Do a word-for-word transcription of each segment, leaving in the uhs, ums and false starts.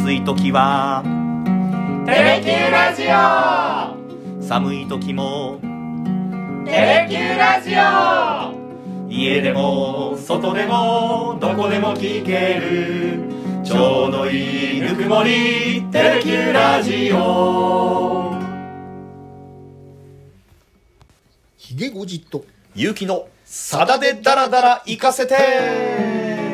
暑い時はテレキューラジオ、 寒い時もテレキューラジオ、 家でも外でもどこでも聞けるちょうどいいぬくもりテレキューラジオ。 ひげごじとゆうきのさだでダラダラ行かせて。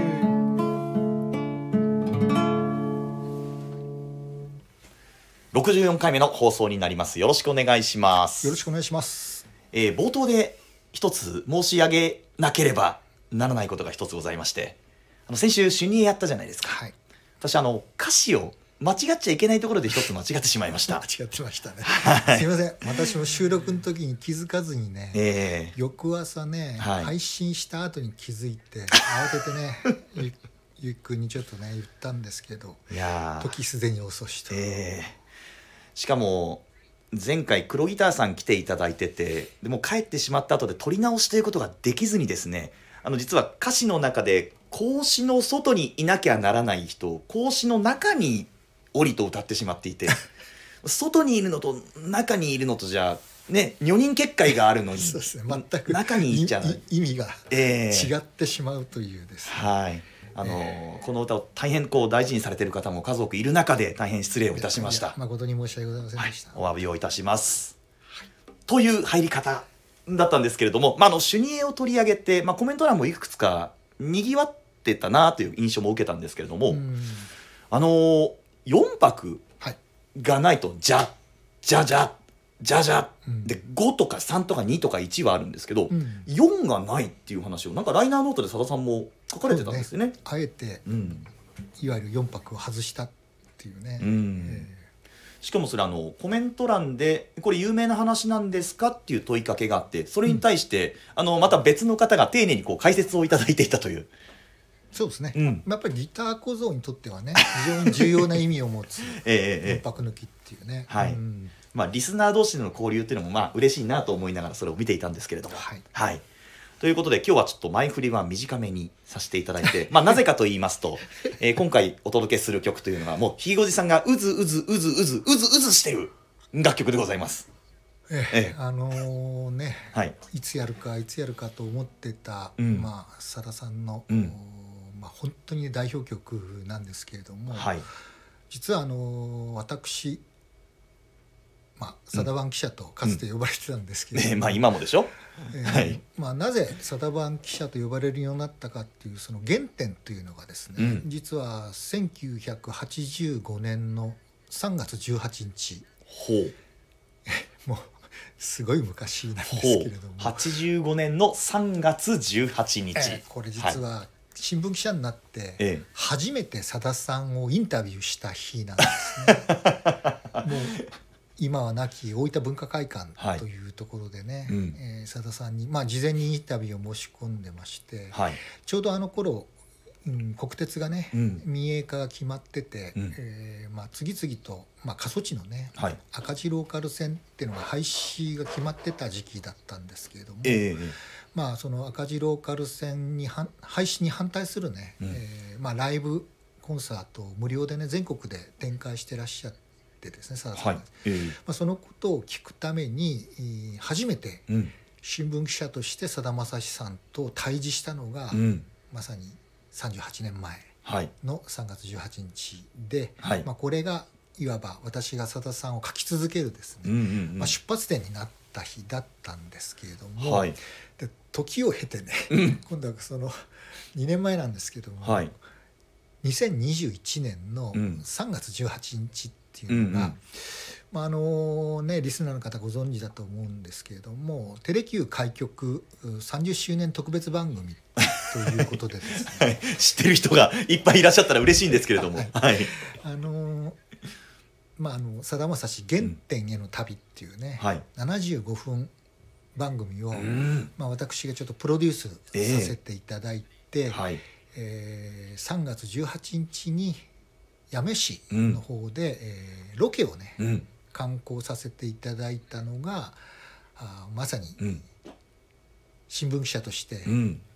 ろくじゅうよんかいめの放送になります。よろしくお願いします。 よろしくお願いします。 えー、冒頭で一つ申し上げなければならないことが一つございまして、あの先週シュニエやったじゃないですか。 はい、 私あの歌詞を間違っちゃいけないところで一つ間違ってしまいました間違ってましたね、 はい、 すいません。私も収録の時に気づかずにね、 えー、 翌朝ね、 はい、 配信した後に気づいて慌ててねゆ, ゆっくんにちょっとね言ったんですけど、 いや時すでに遅しと、 えー、しかも前回黒ギターさん来ていただいてて、でも帰ってしまった後で撮り直しということができずにですね、あの実は歌詞の中で格子の外にいなきゃならない人、格子の中に降りと歌ってしまっていて外にいるのと中にいるのとじゃね、女人結界があるのにそうですね、全く中にいっちゃう意味が、 えー、 違ってしまうというですね、 はいあのえー、 この歌を大変こう大事にされている方も数多くいる中で大変失礼をいたしました。 誠に申し訳ございませんでした、 はい、お詫びをいたします、はい、という入り方だったんですけれども、まあ、あのシュニエを取り上げて、まあ、コメント欄もいくつかにぎわってたなという印象も受けたんですけれども、あのよん拍がないとじゃじゃじゃじゃじゃ、うん、でごとかさんとかにとかいちはあるんですけど、うん、よんがないっていう話をなんかライナーノートでさださんも書かれてたんですよね。 ね、あえて、うん、いわゆるよん拍を外したっていうね、うんえー、しかもそれあのコメント欄でこれ有名な話なんですかっていう問いかけがあって、それに対して、うん、あのまた別の方が丁寧にこう解説をいただいていたという。 そうですね、うん、やっぱりギター小僧にとってはね非常に重要な意味を持つよん拍抜きっていうね、 はい、うんまあ、リスナー同士での交流っていうのもまあ嬉しいなと思いながらそれを見ていたんですけれども、はいはい、ということで今日はちょっと前振りは短めにさせていただいてまあなぜかと言いますと、えー、今回お届けする曲というのはもうひいごじさんがうずうずうずうずうずうずしてる楽曲でございます。 ええええ、あのー、ね、はい、いつやるかいつやるかと思ってた、うん、まあさださんの、うんまあ、本当に代表曲なんですけれども、はい、実はあのー、私まあ、さだ番記者とかつて呼ばれてたんですけど、 うんねまあ、今もでしょ、 えーはいまあ、なぜさだ番記者と呼ばれるようになったかっていうその原点というのがですね、うん、実はせんきゅうひゃくはちじゅうごねんのさんがつじゅうはちにち、 ほうもうすごい昔なんですけれども、 はちじゅうごねんのさんがつじゅうはちにち、えー、これ実は新聞記者になって初めてさださんをインタビューした日なんですねもう今は亡き大分文化会館というところでね、はいうんえー、さださんに、まあ、事前にインタビューを申し込んでまして、はい、ちょうどあの頃、うん、国鉄がね、うん、民営化が決まってて、うんえーまあ、次々と、まあ、過疎地のね、はい、赤字ローカル線っていうのが廃止が決まってた時期だったんですけれども、えーまあ、その赤字ローカル線に廃止に反対するね、うんえーまあ、ライブコンサートを無料でね全国で展開してらっしゃってでですね、さださんが、はいえーまあ、そのことを聞くために初めて新聞記者としてさだまさしさんと対峙したのが、うん、まさにさんじゅうはちねんまえのさんがつじゅうはちにちで、はいまあ、これがいわば私がさださんを書き続けるですね、うんうんうんまあ、出発点になった日だったんですけれども、はい、で時を経てね、うん、今度はそのにねんまえなんですけども、はい、にせんにじゅういちねんのさんがつじゅうはちにちっていうのが、うんうんまああのね、リスナーの方ご存知だと思うんですけれどもテレキュー開局さんじゅっしゅうねん特別番組ということでですね、はい、 知ってる人がいっぱいいらっしゃったら嬉しいんですけれども、はいはい、 あのまああのさだまさし原点への旅っていうね、うんはい、ななじゅうごふん番組を、うんまあ、私がちょっとプロデュースさせていただいて、えーはいえー、さんがつじゅうはちにちに八女市の方で、うんえー、ロケをね、うん、観光させていただいたのがあまさに新聞記者として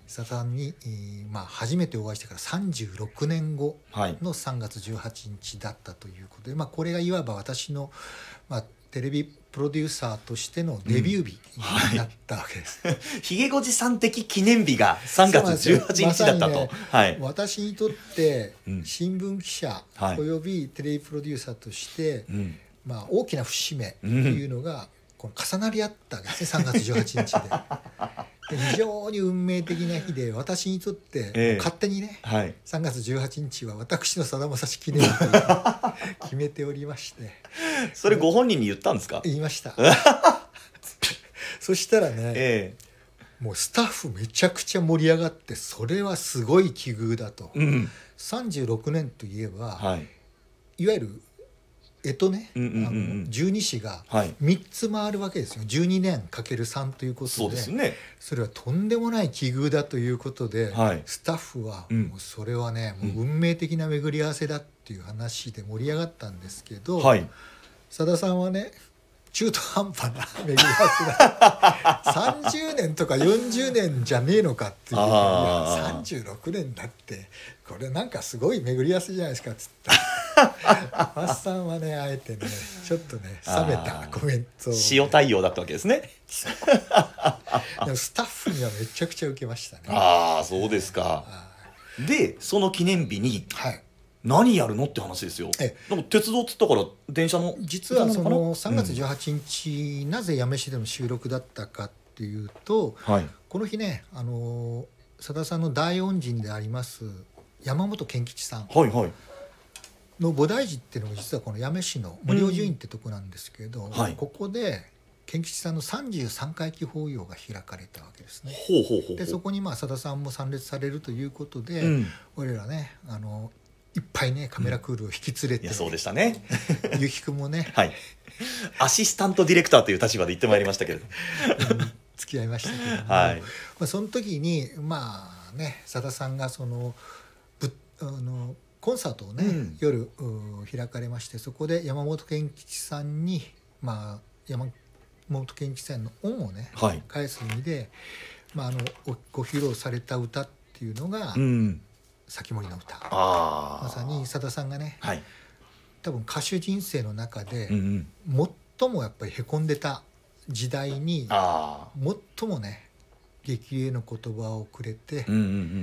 さださんに、えーまあ、初めてお会いしてからさんじゅうろくねんごのさんがつじゅうはちにちだったということで、はい、まあ、これがいわば私の、まあ、テレビプロデューサーとしてのデビュー日になったわけです、 うん、はい、ひげごじさん的記念日がさんがつじゅうはちにちだったと、まね、はい、 私にとって新聞記者およびテレビプロデューサーとして、うん、まあ、大きな節目というのがこの重なり合ったわけですね、さんがつじゅうはちにちで。で非常に運命的な日で、私にとって勝手にね、えーはい、さんがつじゅうはちにちは私のさだまさし記念日と決めておりまして。 それご本人に言ったんですか？ 言いましたそしたらね、えー、もうスタッフめちゃくちゃ盛り上がって、それはすごい奇遇だと、うん、さんじゅうろくねんといえば、はい、いわゆるえとね、うんうんうんうん、あの十二支がみっつ回るわけですよ。じゅうにねんかけるさんということで、 そうですね、 それはとんでもない奇遇だということで、はい、スタッフはもうそれはね、うん、もう運命的な巡り合わせだっていう話で盛り上がったんですけど、はい、さださんはね、中途半端な巡り合わせださんじゅうねんとかよんじゅうねんじゃねえのかっていう、さんじゅうろくねんだってこれなんかすごい巡り合わせじゃないですかっつったファッさんはね、あえてねちょっとね冷めたコメントを、ね、 塩対応だったわけですねでもスタッフにはめちゃくちゃ受けましたね。 ああ、そうですか。でその記念日に、はい、何やるのって話ですよ。ええ、なんか鉄道っつったから電車の、 実はそのさんがつじゅうはちにち、うん、なぜ八女市での収録だったかっていうと、はい、この日ね、あのさださんの大恩人であります山本健吉さんの菩提寺っていうのが実はこの八女市の森尾寿院ってとこなんですけど、うん、はい、ここで健吉さんのさんじゅうさんかい忌法要が開かれたわけですね。 ほうほうほうほう。 でそこにまあさださんも参列されるということで、うん、俺らね、あのいっぱいねカメラクールを引き連れて、ね、 うん、いやそうでしたねゆきくんもね、 はい、アシスタントディレクターという立場で行ってまいりましたけれどうん、付き合いましたけども、はい、まあ、その時にまあね、さださんがそのぶあのコンサートをね、うん、夜開かれまして、そこで山本健吉さんに、まあ、山本健吉さんの恩をね、はい、返す意味で、まあ、あのご披露された歌っていうのが、うん、先森の歌。あ、まさにさださんがね、はい、多分歌手人生の中で、うんうん、最もやっぱりへこんでた時代に最もね激励の言葉をくれて、うんうんうん、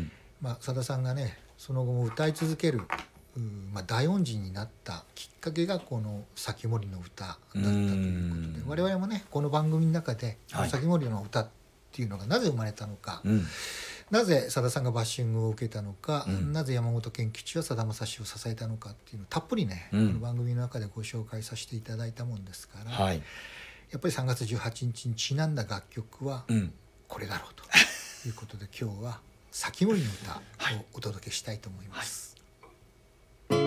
まあ、さださんがねその後も歌い続ける、まあ、大恩人になったきっかけがこの先森の歌だったということで、我々もねこの番組の中で、はい、先森の歌っていうのがなぜ生まれたのか、うん、なぜさださんがバッシングを受けたのか、うん、なぜ山本健吉はさだまさしを支えたのかっていうのをたっぷりね、うん、この番組の中でご紹介させていただいたもんですから、はい、やっぱりさんがつじゅうはちにちにちなんだ楽曲はこれだろうということで今日は先森の歌をお届けしたいと思います、はい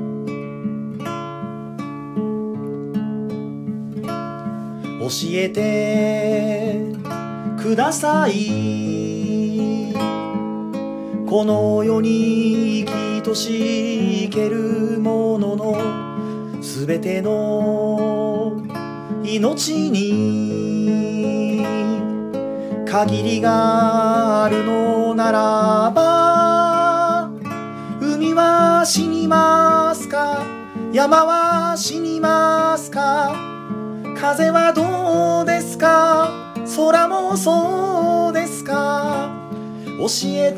はい、教えてください、この世に生きとし生けるもののすべての命に限りがあるのならば、海は死にますか、山は死にますか、風はどうですか、空もそうですか、教え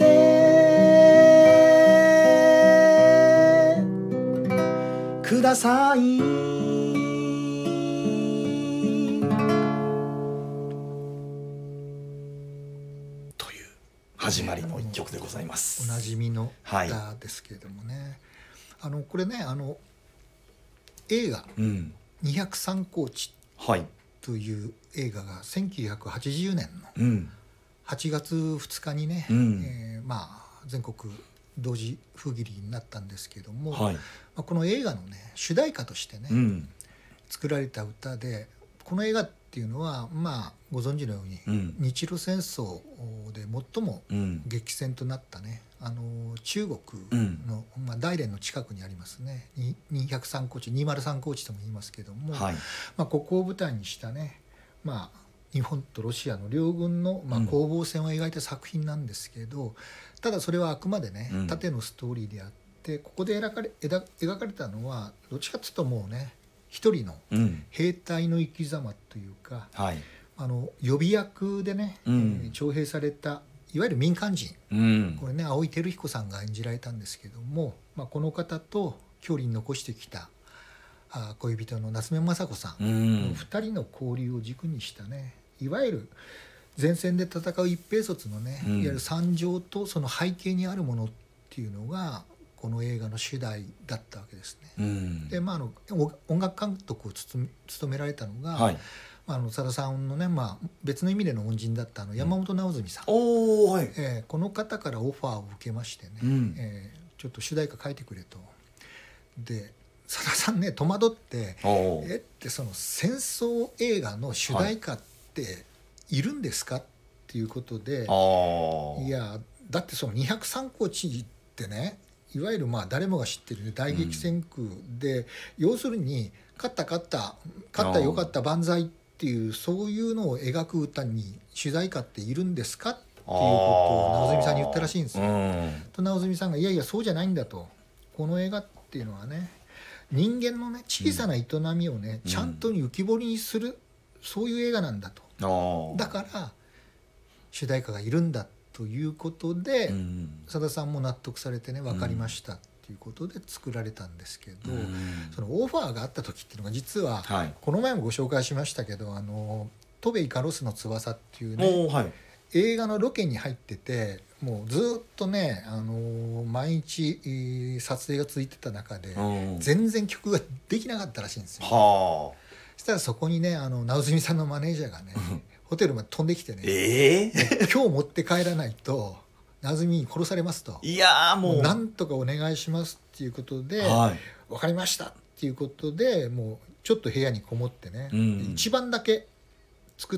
てください。始まりの一曲でございます。 おなじみの歌ですけれどもね、はい、あのこれね、あの映画、うん、にひゃくさん高地という映画がせんきゅうひゃくはちじゅうねんのはちがつふつかにね、うん、えー、まあ、全国同時封切りになったんですけども、はい、まあ、この映画のね主題歌としてね、うん、作られた歌で、この映画っていうのはまあご存知のように、うん、日露戦争で最も激戦となったね、あの中国の、うん、まあ、大連の近くにありますねにひゃくさん高地にひゃくさん高地とも言いますけども、はい、まあ、ここを舞台にしたね、まあ、 日本とロシアの両軍の、まあ、攻防戦を描いた作品なんですけど、うん、ただそれはあくまでね、うん、縦のストーリーであって、ここで描かれ、描かれたのはどっちかというともうね一人の兵隊の生き様というか、うん、はい、あの予備役でね、うん、えー、徴兵されたいわゆる民間人、うん、これね青井輝彦さんが演じられたんですけども、まあ、この方と郷里に残してきたあ恋人の夏目雅子さん、うん、ふたりの交流を軸にしたね、いわゆる前線で戦う一兵卒のね、うん、いわゆる惨状とその背景にあるものっていうのがこの映画の主題だったわけですね、うん、で、まあ、あの音楽監督を務め、務められたのが、はい、あのさださんのね、まあ、別の意味での恩人だったあの山本直純さん、うん、お、はい、えー、この方からオファーを受けましてね、うん、えー、ちょっと主題歌書いてくれと。でさださんね戸惑って、えってその戦争映画の主題歌っているんですかっていうことで、はい、いやだってそのにひゃくさんこうちってね、いわゆるまあ誰もが知ってる大激戦区で、うん、要するに勝った勝った勝ったよかった万歳っていうそういうのを描く歌に主題歌っているんですかっていうことを直純さんに言ったらしいんですよ、うん、と直純さんがいやいやそうじゃないんだと、この映画っていうのはね人間のね小さな営みをね、うん、ちゃんと浮き彫りにする、そういう映画なんだと、だから主題歌がいるんだということで、うん、さださんも納得されてね分かりましたっていうことで作られたんですけど、うん、そのオファーがあった時っていうのが実は、はい、この前もご紹介しましたけど、あの戸部イカロスの翼っていうね、はい、映画のロケに入ってて、もうずっとね、あのー、毎日撮影が続いてた中で全然曲ができなかったらしいんですよ、はあ、そしたらそこにねあの直純さんのマネージャーがねホテルまで飛んできてね、えー、今日持って帰らないと直純に殺されますと、いやもう、もうなんとかお願いしますっていうことで、はい、分かりましたっていうことでもうちょっと部屋にこもってね、うん、一番だけ作って、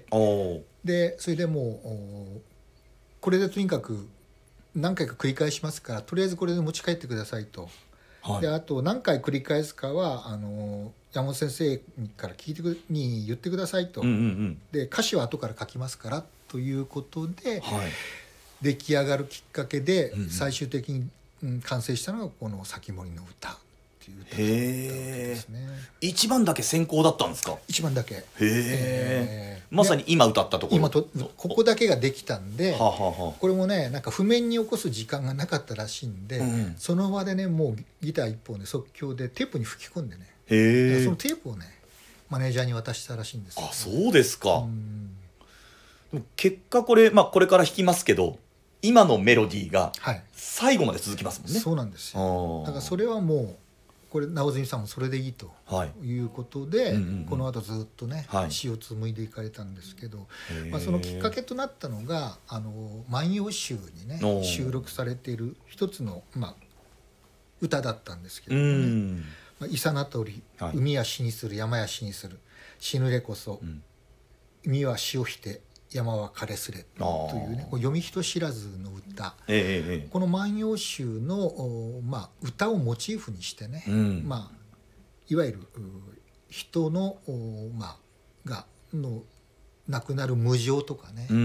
でそれでもうこれでとにかく何回か繰り返しますからとりあえずこれで持ち帰ってくださいと、はい、であと何回繰り返すかはあの山本先生から聞いてくに言ってくださいと、うんうんうん、で歌詞は後から書きますからということで、はい、出来上がるきっかけで最終的に、うん、完成したのがこの「防森の歌」っていう歌だったわけですね。 一番だけ先行だったんですか？ 一番だけ。へえ。まさに今歌ったところ。 今とここだけができたんで、はあはあ、これもねなんか譜面に起こす時間がなかったらしいんで、うん、その場でねもうギター一本で即興でテープに吹き込んでね。へえ。そのテープをねマネージャーに渡したらしいんですよ、ね。 あ、そうですか。うん、でも結果これまあこれから弾きますけど。今のメロディーが最後まで続きますもんね、はい、 そうなんですよ。だからそれはもうこれ直純さんもそれでいいということで、はい、うんうんうん、この後ずっとね、はい、詩を紡いでいかれたんですけど、まあ、そのきっかけとなったのがあの万葉集にね収録されている一つの、まあ、歌だったんですけどね、まあ、イサナトリ、はい、海は死にする山や死にする死ぬれこそ、うん、海は死をひて山は枯れすれというね、こう読み人知らずの歌、ええ、この万葉集の、まあ、歌をモチーフにしてね、うん、まあ、いわゆる人の、まあ、がの亡くなる無常とかね、うん、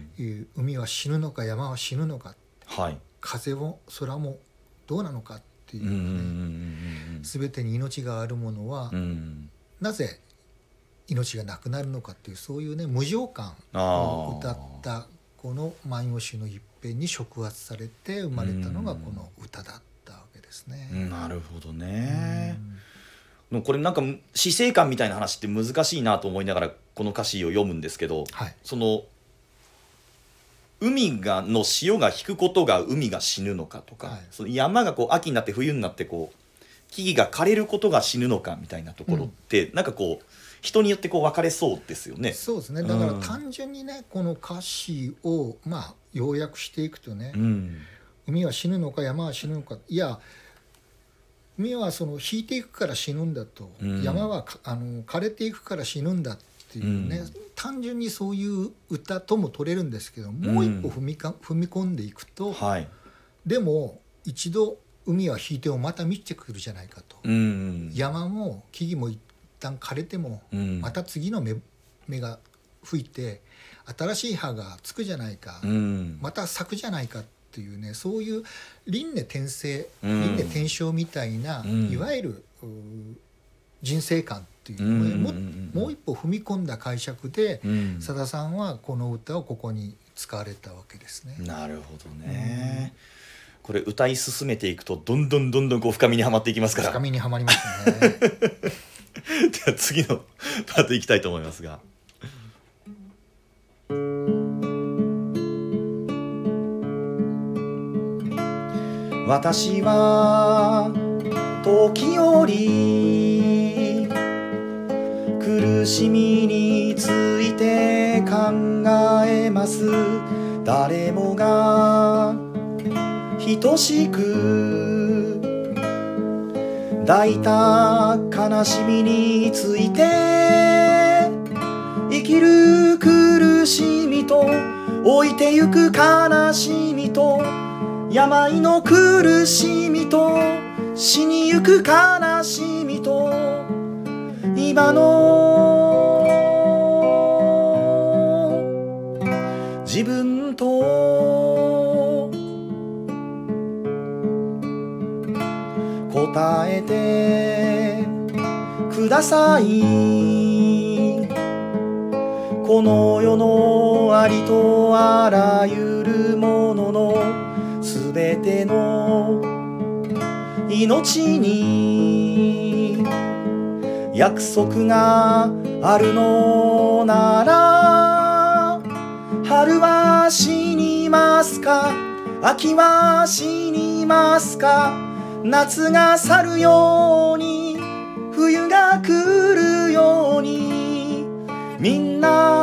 いう海は死ぬのか山は死ぬのか、はい、風も空もどうなのかっていうね、うん、全てに命があるものは、うん、なぜ命がなくなるのかっていうそういうね無常感を歌ったこの万葉集の一編に触発されて生まれたのがこの歌だったわけですね。 なるほどね。これなんか死生観みたいな話って難しいなと思いながらこの歌詞を読むんですけど、はい、その海がの潮が引くことが海が死ぬのかとか、はい、その山がこう秋になって冬になってこう木々が枯れることが死ぬのかみたいなところって、うん、なんかこう人によってこう分かれそうですよね。 そうですね。だから単純にね、うん、この歌詞をまあ要約していくとね、うん、海は死ぬのか山は死ぬのか、いや海はその引いていくから死ぬんだと、うん、山はあの枯れていくから死ぬんだっていうね、うん、単純にそういう歌とも取れるんですけど、もう一歩踏みか、踏み込んでいくと、はい、でも一度海は引いてもまた満ちてくるじゃないかと、うん、山も木々も一旦枯れても、うん、また次の 芽, 芽が吹いて新しい葉がつくじゃないか、 うん、 また咲くじゃないかっていうね、そういう輪廻転生、 うん、 輪廻転生みたいな、 うん、 いわゆる人生観っていうのを、ね、うん、も, もう一歩踏み込んだ解釈で、うん、さださんはこの歌をここに使われたわけですね。 なるほどね、うん、これ歌い進めていくとどんどんどんどんこう深みにはまっていきますから、 深みにはまりますねでは次のパートいきたいと思いますが、私は時折苦しみについて考えます。誰もが等しく抱いた悲しみについて、生きる苦しみと置いてゆく悲しみと、病の苦しみと死にゆく悲しみと、今の自分と答えてください。この世のありとあらゆるもののすべての命に約束があるのなら、春は死にますか、秋は死にますか、夏が去るように冬が来るように、みん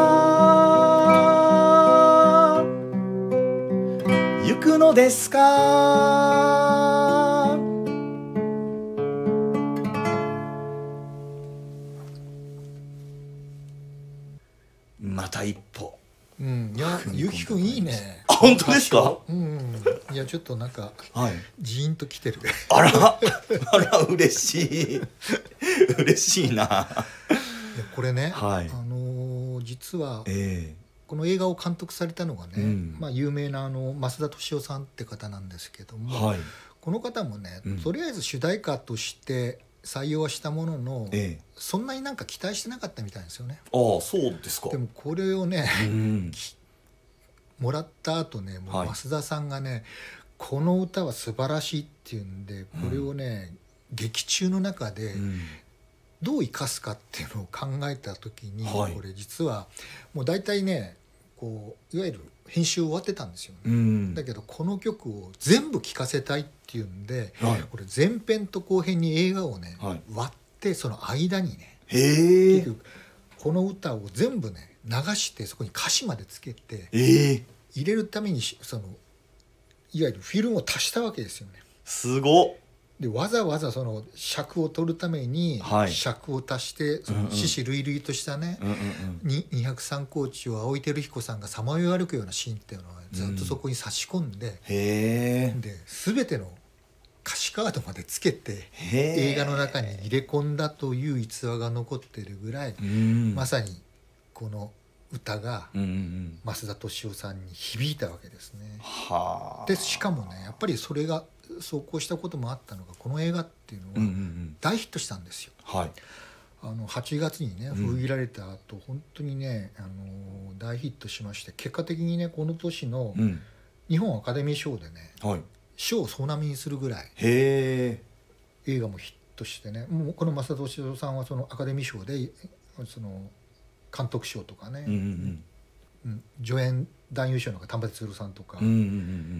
な行くのですか。また一歩。 うん、いや、ゆきくんいいね。 あ、本当ですか。 うん、いやちょっとなんか、 はい、 ジーンときてる。 あら、あら嬉しい、嬉しいな。いやこれね、 はい、 あのー、実は、 えー、 この映画を監督されたのがね、うん、まあ有名なあの増田俊夫さんって方なんですけども、はい、この方もね、うん、とりあえず主題歌として採用はしたものの、ええ、そんなになんか期待してなかったみたいですよね。 ああ、そうですか。 でもこれをね、うん、もらった後ね、もう増田さんがね、はい、この歌は素晴らしいっていうんで、これをね、うん、劇中の中でどう生かすかっていうのを考えた時に、はい、これ実はもう大体ね、こういわゆる編集終わってたんですよね、うん、だけどこの曲を全部聴かせたいっていうんで、はい、これ前編と後編に映画をね、はい、割ってその間にね、 へー、 結局この歌を全部ね流してそこに歌詞までつけて、 えー、 入れるためにそのいわゆるフィルムを足したわけですよね。 すごっ。 でわざわざその尺を取るために尺を足して、その獅子類々としたね、うんうん、ににひゃくさん高地を青井輝彦さんがさまよい歩くようなシーンっていうのはずっとそこに差し込んで、うん、へで全ての歌詞カードまでつけて映画の中に入れ込んだという逸話が残っているぐらい、うん、まさにこの歌が増田俊夫さんに響いたわけですね。はでしかもね、やっぱりそれが走行したこともあったのが、この映画っていうのは大ヒットしたんですよ、うんうんうん、はい、あのはちがつにね封切られた後、うん、本当にね、あの大ヒットしまして、結果的にねこの年の日本アカデミー賞でね、うん、賞を総なめにするぐらい映画もヒットしてね、もうこの増田俊夫さんはそのアカデミー賞でその監督賞とかね、うんうんうん、助演男優賞の丹波哲郎さんとか、うんうんうん、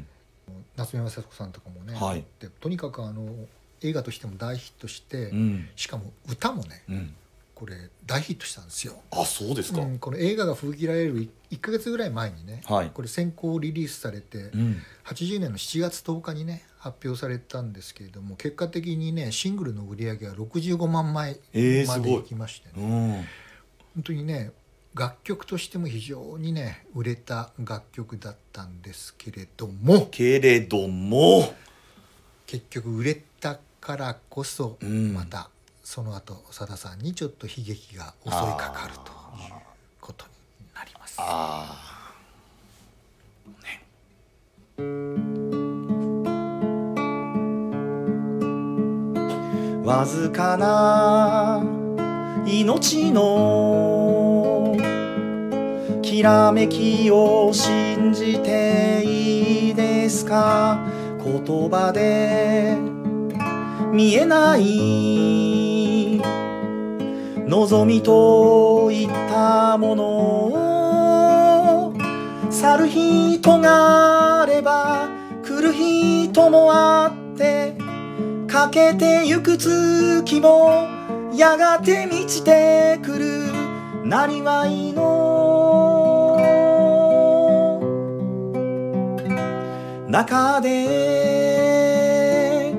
夏目雅子さんとかもね、はい、でとにかくあの映画としても大ヒットして、うん、しかも歌もね、うん、これ大ヒットしたんですよ。 あ、そうですか、うん、 この映画が封切られるいっかげつぐらい前にね、はい、これ先行リリースされて、うん、はちじゅうねんのしちがつとおかにね発表されたんですけれども、結果的にねシングルの売り上げはろくじゅうごまんまいまでいきましてね、えー、本当にね楽曲としても非常にね売れた楽曲だったんですけれどもけれども結局売れたからこそ、うん、またその後さださんにちょっと悲劇が襲いかかるということになあー、ね、わずかな命のきらめきを信じていいですか。言葉で見えない望みといったものを去る人があれば来る人もあって、かけてゆく月もやがて満ちてくるなりわいの中で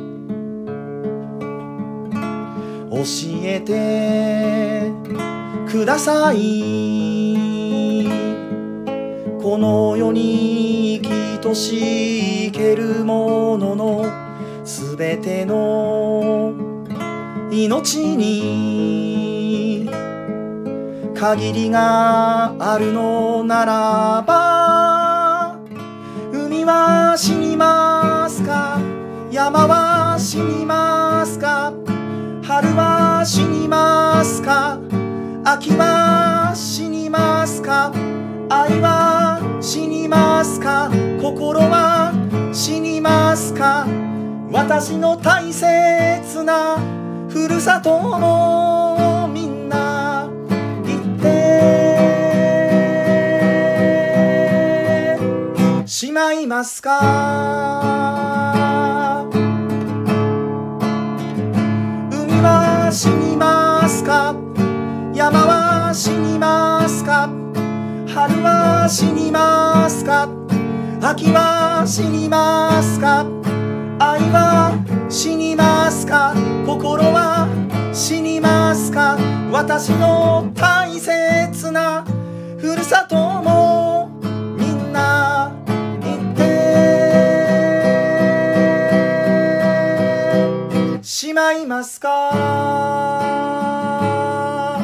教えてください。この世に生きとし生けるもののすべての命に限りがあるのならば、海は死にますか、山は死にますか、春は死にますか、秋は死にますか、愛は死にますか、心は死にますか。私の大切なふるさともみんな言ってしまいますか。海は死にますか、山は死にますか、春は死にますか、秋は死にますか、愛は死にますか、心は死にますか。私の大切なふるさともみんな言ってしまいますか。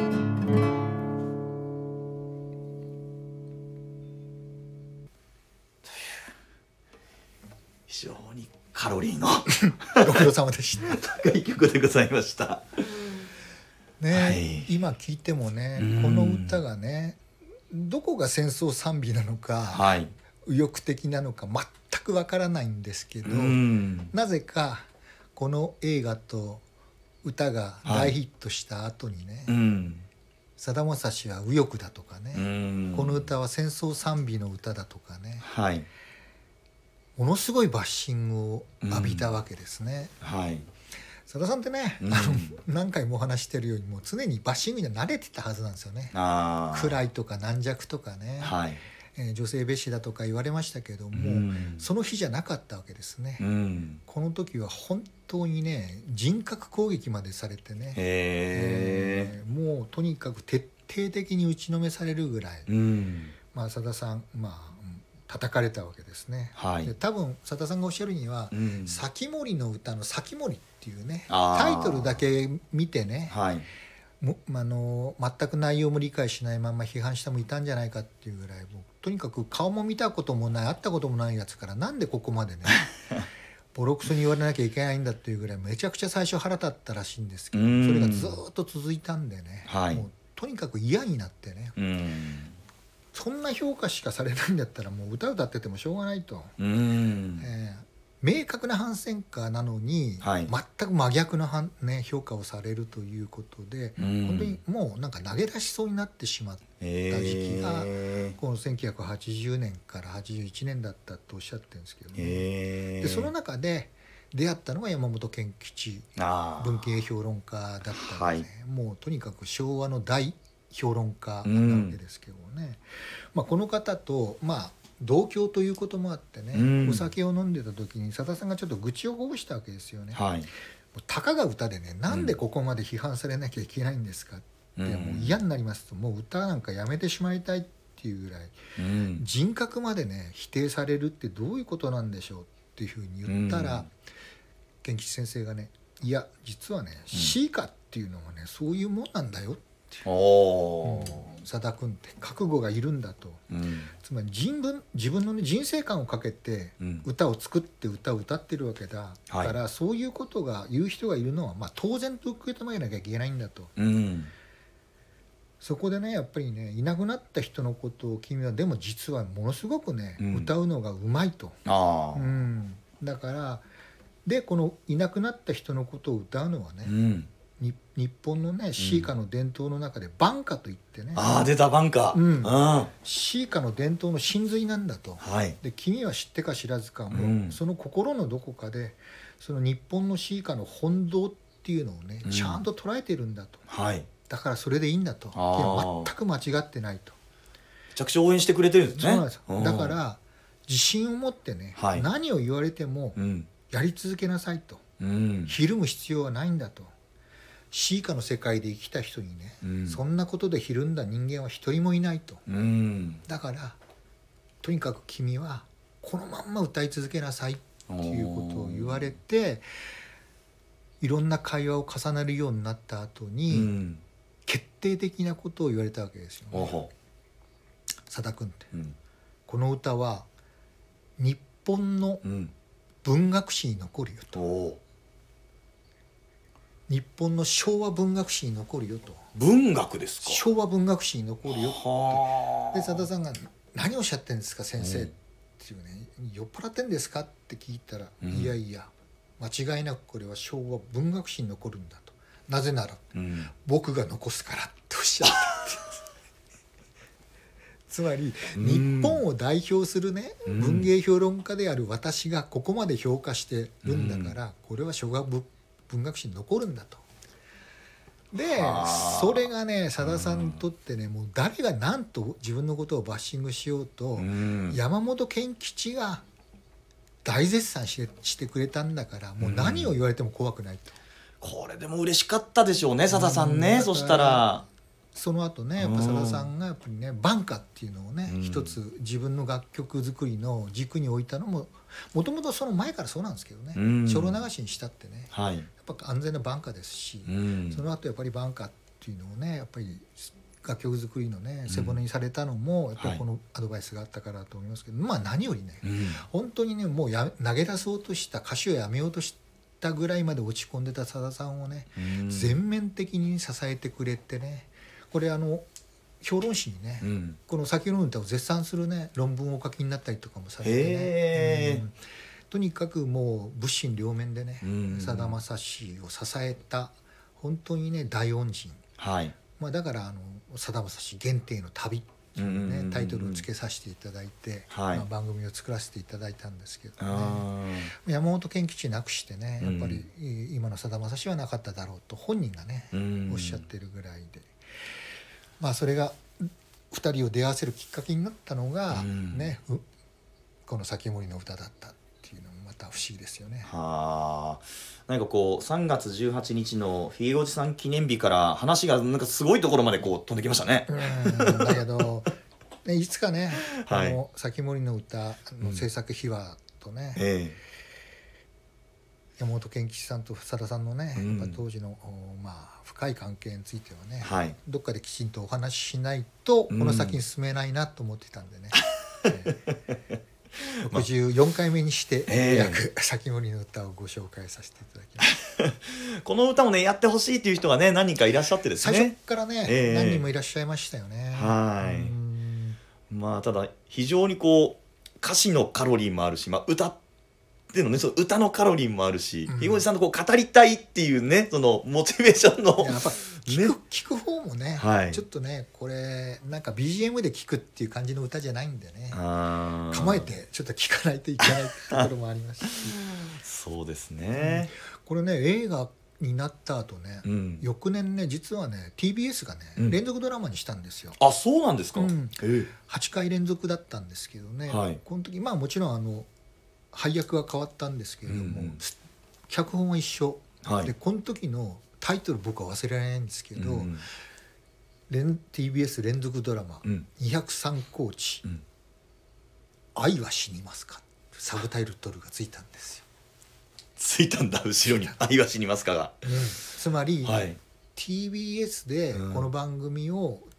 非常にカロリーのご苦労様でした高い曲でございましたね、 はい、 今聞いてもね、この歌がねどこが戦争賛美なのか、はい、右翼的なのか全くわからないんですけど、なぜかこの映画と歌が大ヒットした後にね、さだまさしは右翼だとかね、この歌は戦争賛美の歌だとかね、はい、ものすごいバッシングを浴びたわけですね、はい、さださんってね、うん、あの何回もお話してるようにもう常にバッシングには慣れてたはずなんですよね。暗いとか軟弱とかね、はい、えー、女性蔑視だとか言われましたけども、うん、その日じゃなかったわけですね、うん、この時は本当にね人格攻撃までされてね、えー、もうとにかく徹底的に打ちのめされるぐらい、うん、まあさださんまあ叩かれたわけですね、はい、で多分さださんがおっしゃるには、うん、先森の歌の先森っていうねタイトルだけ見てね、はい、もあの全く内容も理解しないまま批判したもいたんじゃないかっていうぐらい、もうとにかく顔も見たこともない会ったこともないやつからなんでここまでねボロクソに言われなきゃいけないんだっていうぐらいめちゃくちゃ最初腹立ったらしいんですけど、それがずっと続いたんでね、はい、もうとにかく嫌になってね、うん、そんな評価しかされないんだったらもう歌歌っててもしょうがないと、うん、えー、明確な反戦歌なのに、はい、全く真逆の反、ね、評価をされるということで、うん、本当にもうなんか投げ出しそうになってしまった時期がこのせんきゅうひゃくはちじゅうねんからはちじゅういちねんだったとおっしゃってるんですけど、ね、でその中で出会ったのが山本健吉文系評論家だったんですね、はい、もうとにかく昭和の大評論家なわけですけどね、うん、まあ、この方とまあ同郷ということもあってね、うん、お酒を飲んでた時にさださんがちょっと愚痴をこぼしたわけですよね、はい、もうたかが歌でね、なんでここまで批判されなきゃいけないんですかって、うん、もう嫌になりますと、もう歌なんかやめてしまいたいっていうぐらい、うん、人格までね否定されるってどういうことなんでしょうっていうふうに言ったら、うん、健吉先生がね、いや実はね、うん、詩歌っていうのはねそういうもんなんだよって、お、うん、 佐田君って覚悟がいるんだと、 うん、 つまり自分自分の、ね、人生観をかけて歌を作って歌を歌ってるわけだ、うん、から、はい、そういうことが言う人がいるのは、まあ、当然と受け止めなきゃいけないんだと、 うん、 そこでねやっぱりねいなくなった人のことを君はでも実はものすごくね、うん、歌うのがうまいと、 あ、 うん、だからでこのいなくなった人のことを歌うのはね、うん、に日本のね詩歌の伝統の中で挽歌といってね、 ああ出た挽歌、 うん、詩歌の伝統の真髄なんだと、 はい、 で君は知ってか知らずかも、うん、その心のどこかでその日本の詩歌の本道っていうのをね、うん、ちゃんと捉えてるんだと、 はい、 だからそれでいいんだと、全く間違ってないと、 めちゃくちゃ応援してくれてるんですね。 そうなんです。だから自信を持ってね、はい、何を言われても、うんやり続けなさいと、うん、ひるむ必要はないんだと、詩歌の世界で生きた人にね、うん、そんなことでひるんだ人間は一人もいないと、うん、だからとにかく君はこのまんま歌い続けなさいっていうことを言われて、いろんな会話を重ねるようになった後に、うん、決定的なことを言われたわけですよね。佐田君って、うん、この歌は日本の、うん文学史に残るよと、日本の昭和文学史に残るよと、 文学ですか、 昭和文学史に残るよって、で佐田さんが何をおっしゃってんですか先生、うん、っていうね、酔っ払ってんですかって聞いたら、うん、いやいや間違いなくこれは昭和文学史に残るんだと、なぜなら、うん、僕が残すからっておっしゃったってつまり日本を代表するね、うん、文芸評論家である私がここまで評価してるんだから、うん、これは昭和文学史に残るんだと。でそれがね佐田さんにとってね、もう誰が何と自分のことをバッシングしようと、うん、山本健吉が大絶賛して、してくれたんだから、もう何を言われても怖くないと、 うん、これでも嬉しかったでしょうね佐田さんね、うん、そしたらその後ねやっぱ佐田さんがやっぱりね挽歌っていうのをね、うん、一つ自分の楽曲作りの軸に置いたのももともとその前からそうなんですけどね、うん、ちょろ流しにしたってね、はい、やっぱ安全な挽歌ですし、うん、その後やっぱり挽歌っていうのをねやっぱり楽曲作りのね背骨にされたのもやっぱりこのアドバイスがあったからと思いますけど、はい、まあ何よりね、うん、本当にねもうや投げ出そうとした歌手をやめようとしたぐらいまで落ち込んでた佐田さんをね、うん、全面的に支えてくれてね、これあの評論誌にね、うん、この先の歌を絶賛するね論文をお書きになったりとかもされてね、うん、とにかくもう物心両面でね、うん、さだまさしを支えた本当にね大恩人、はい、まあ、だからあのさだまさし限定の旅っていうね、うん、タイトルをつけさせていただいて、はい、まあ、番組を作らせていただいたんですけどね、山本健吉なくしてねやっぱり今のさだまさしはなかっただろうと本人がね、うん、おっしゃってるぐらいで、まあ、それがふたりを出会わせるきっかけになったのが、うんね、この先森の歌だったっていうのもまた不思議ですよね。 はあ、なんかこうさんがつじゅうはちにちのひいおじさん記念日から話がなんかすごいところまでこう飛んできましたね。 うんだけどね、いつかね、はい、この先森の歌の制作秘話とね、うんええ、山本健吉さんと佐田さんのね、うん、やっぱ当時の、まあ、深い関係についてはね、はい、どっかできちんとお話ししないとこの先に進めないなと思ってたんでね、うんろくじゅうよんかいめにして約先森の歌をご紹介させていただきます。 この歌もねやってほしいという人がね何人かいらっしゃってですね、 最初からね、えー、何人もいらっしゃいましたよね。 はい、まあただ非常にこう歌詞のカロリーもあるし、まあ、歌ってのねその歌のカロリーもあるし、ひいおじさんとこう語りたいっていうねそのモチベーションのやっぱ聞く、ね、聞く方もね、はい、ちょっとねこれなんか ビージーエム で聞くっていう感じの歌じゃないんでね、あ構えてちょっと聞かないといけないところもありますしそうですね、 うん、これね映画になった後ね、うん、翌年ね実はね ティービーエス がね、うん、連続ドラマにしたんですよ。 あ、そうなんですか、うん、 はちかい連続だったんですけどね、はい、この時まあもちろんあの配役は変わったんですけれども、うんうん、脚本は一緒、はい、でこの時のタイトル僕は忘れられないんですけど、うん、連 ティービーエス 連続ドラマ、うん、にひゃくさんコーチ、うん、愛は死にますかサブタイトルがついたんですよ。 ついたんだ後ろに愛は死にますかが、 うん、つまり、はい、ティービーエス でこの番組を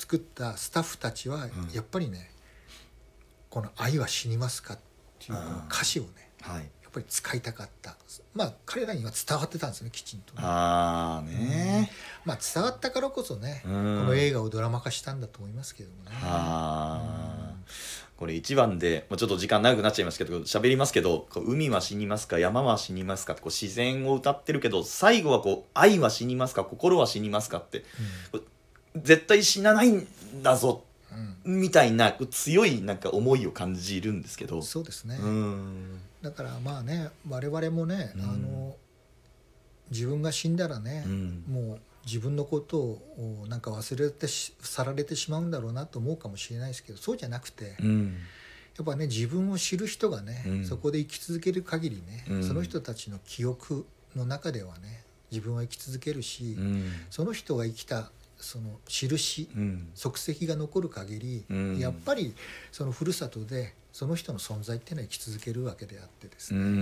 作ったスタッフたちはやっぱりね、うん、この「愛は死にますか」っていうこの歌詞をね、はい、やっぱり使いたかった。まあ彼らには伝わってたんですよね、きちんとね。 あね、 うん、まあ伝わったからこそね、うん、この映画をドラマ化したんだと思いますけどもね。 あ、うん、これ一番でちょっと時間長くなっちゃいますけど喋りますけど、海は死にますか山は死にますかってこう自然を歌ってるけど、最後はこう愛は死にますか心は死にますかって、うん、絶対死なないんだぞ、うん、みたいな強いなんか思いを感じるんですけど。 そうですね、 うん、 だからまあね、我々もね、うん、あの自分が死んだらね、うん、もう自分のことをなんか忘れて去られてしまうんだろうなと思うかもしれないですけど、そうじゃなくて、うん、やっぱね自分を知る人がね、うん、そこで生き続ける限りね、うん、その人たちの記憶の中ではね自分は生き続けるし、うん、その人が生きたその印、うん、足跡が残る限り、うん、やっぱりそのふるさとでその人の存在っていうのは生き続けるわけであってですね、うん、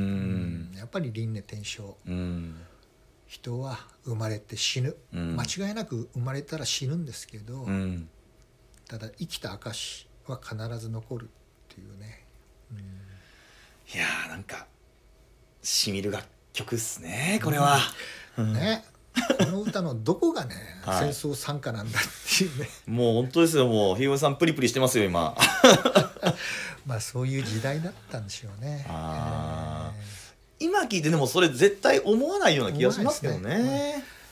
やっぱり輪廻転生、うん、人は生まれて死ぬ、うん、間違いなく生まれたら死ぬんですけど、うん、ただ生きた証は必ず残るっていうね、うん、 いやーなんかしみる楽曲っすねこれは、 うん、ねこの歌のどこがね、はい、戦争賛歌なんだっていうねもう本当ですよ、もうひよさんプリプリしてますよ今まあそういう時代だったんでしょうね。 あ、えー、今聞いてでもそれ絶対思わないような気がしますけどね。うん、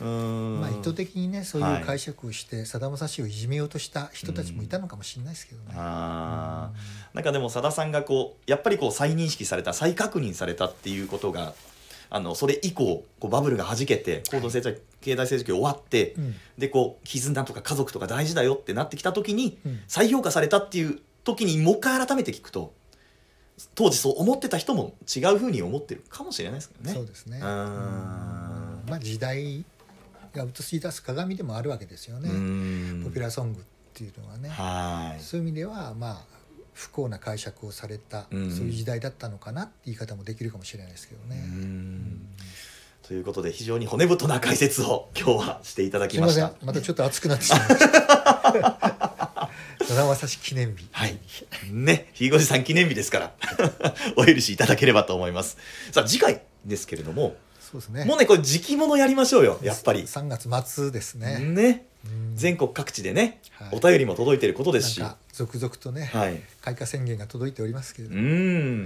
まあ、意図的にねそういう解釈をしてさだまさしをいじめようとした人たちもいたのかもしれないですけどね。 うん、あ、なんかでもさださんがこうやっぱりこう再認識された再確認されたっていうことがあのそれ以降こうバブルがはじけて高度経済経済成長期終わって、うん、でこう絆とか家族とか大事だよってなってきた時に、うん、再評価されたっていう時にもう一回改めて聞くと当時そう思ってた人も違う風に思ってるかもしれないですけどね。 そうですね。うん、まあ時代が映し出す鏡でもあるわけですよね。ポピュラーソングっていうのはね。はい、そういう意味ではまあ不幸な解釈をされた、うん、そういう時代だったのかなって言い方もできるかもしれないですけどね。うん、うん、 ということで非常に骨太な解説を今日はしていただきました。 すいません、またちょっと熱くなってしまいましたさだまさし記念日、 はいね、ひいごじさん記念日ですからお許しいただければと思います。さあ次回ですけれども、 そうですね、 もうねこれ時期物やりましょうよやっぱり。 さんがつ末ですね。 ね、全国各地でね、はい、お便りも届いていることですし、 なんか続々とね、はい、開花宣言が届いておりますけれども、うん、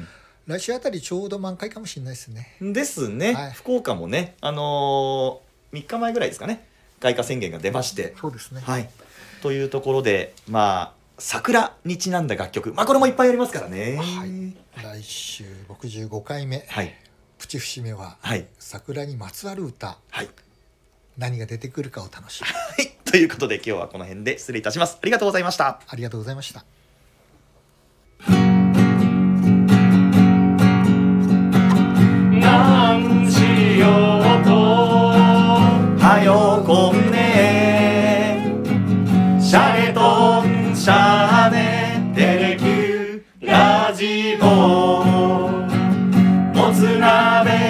来週あたりちょうど満開かもしれないですね。 ですね、はい、福岡もね、あのー、みっかまえぐらいですかね開花宣言が出まして、 そうですね、 はい、というところでまあ桜にちなんだ楽曲、まあこれもいっぱいありますからね。 はい、来週ろくじゅうごかいめ、はい、プチ節目は、はい、桜にまつわる歌、はい、何が出てくるかお楽しみはいということで今日はこの辺で失礼いたします。ありがとうございました。 ありがとうございました。 なんしようとはよこんねシャレとんシャネテレキューラジオもつ鍋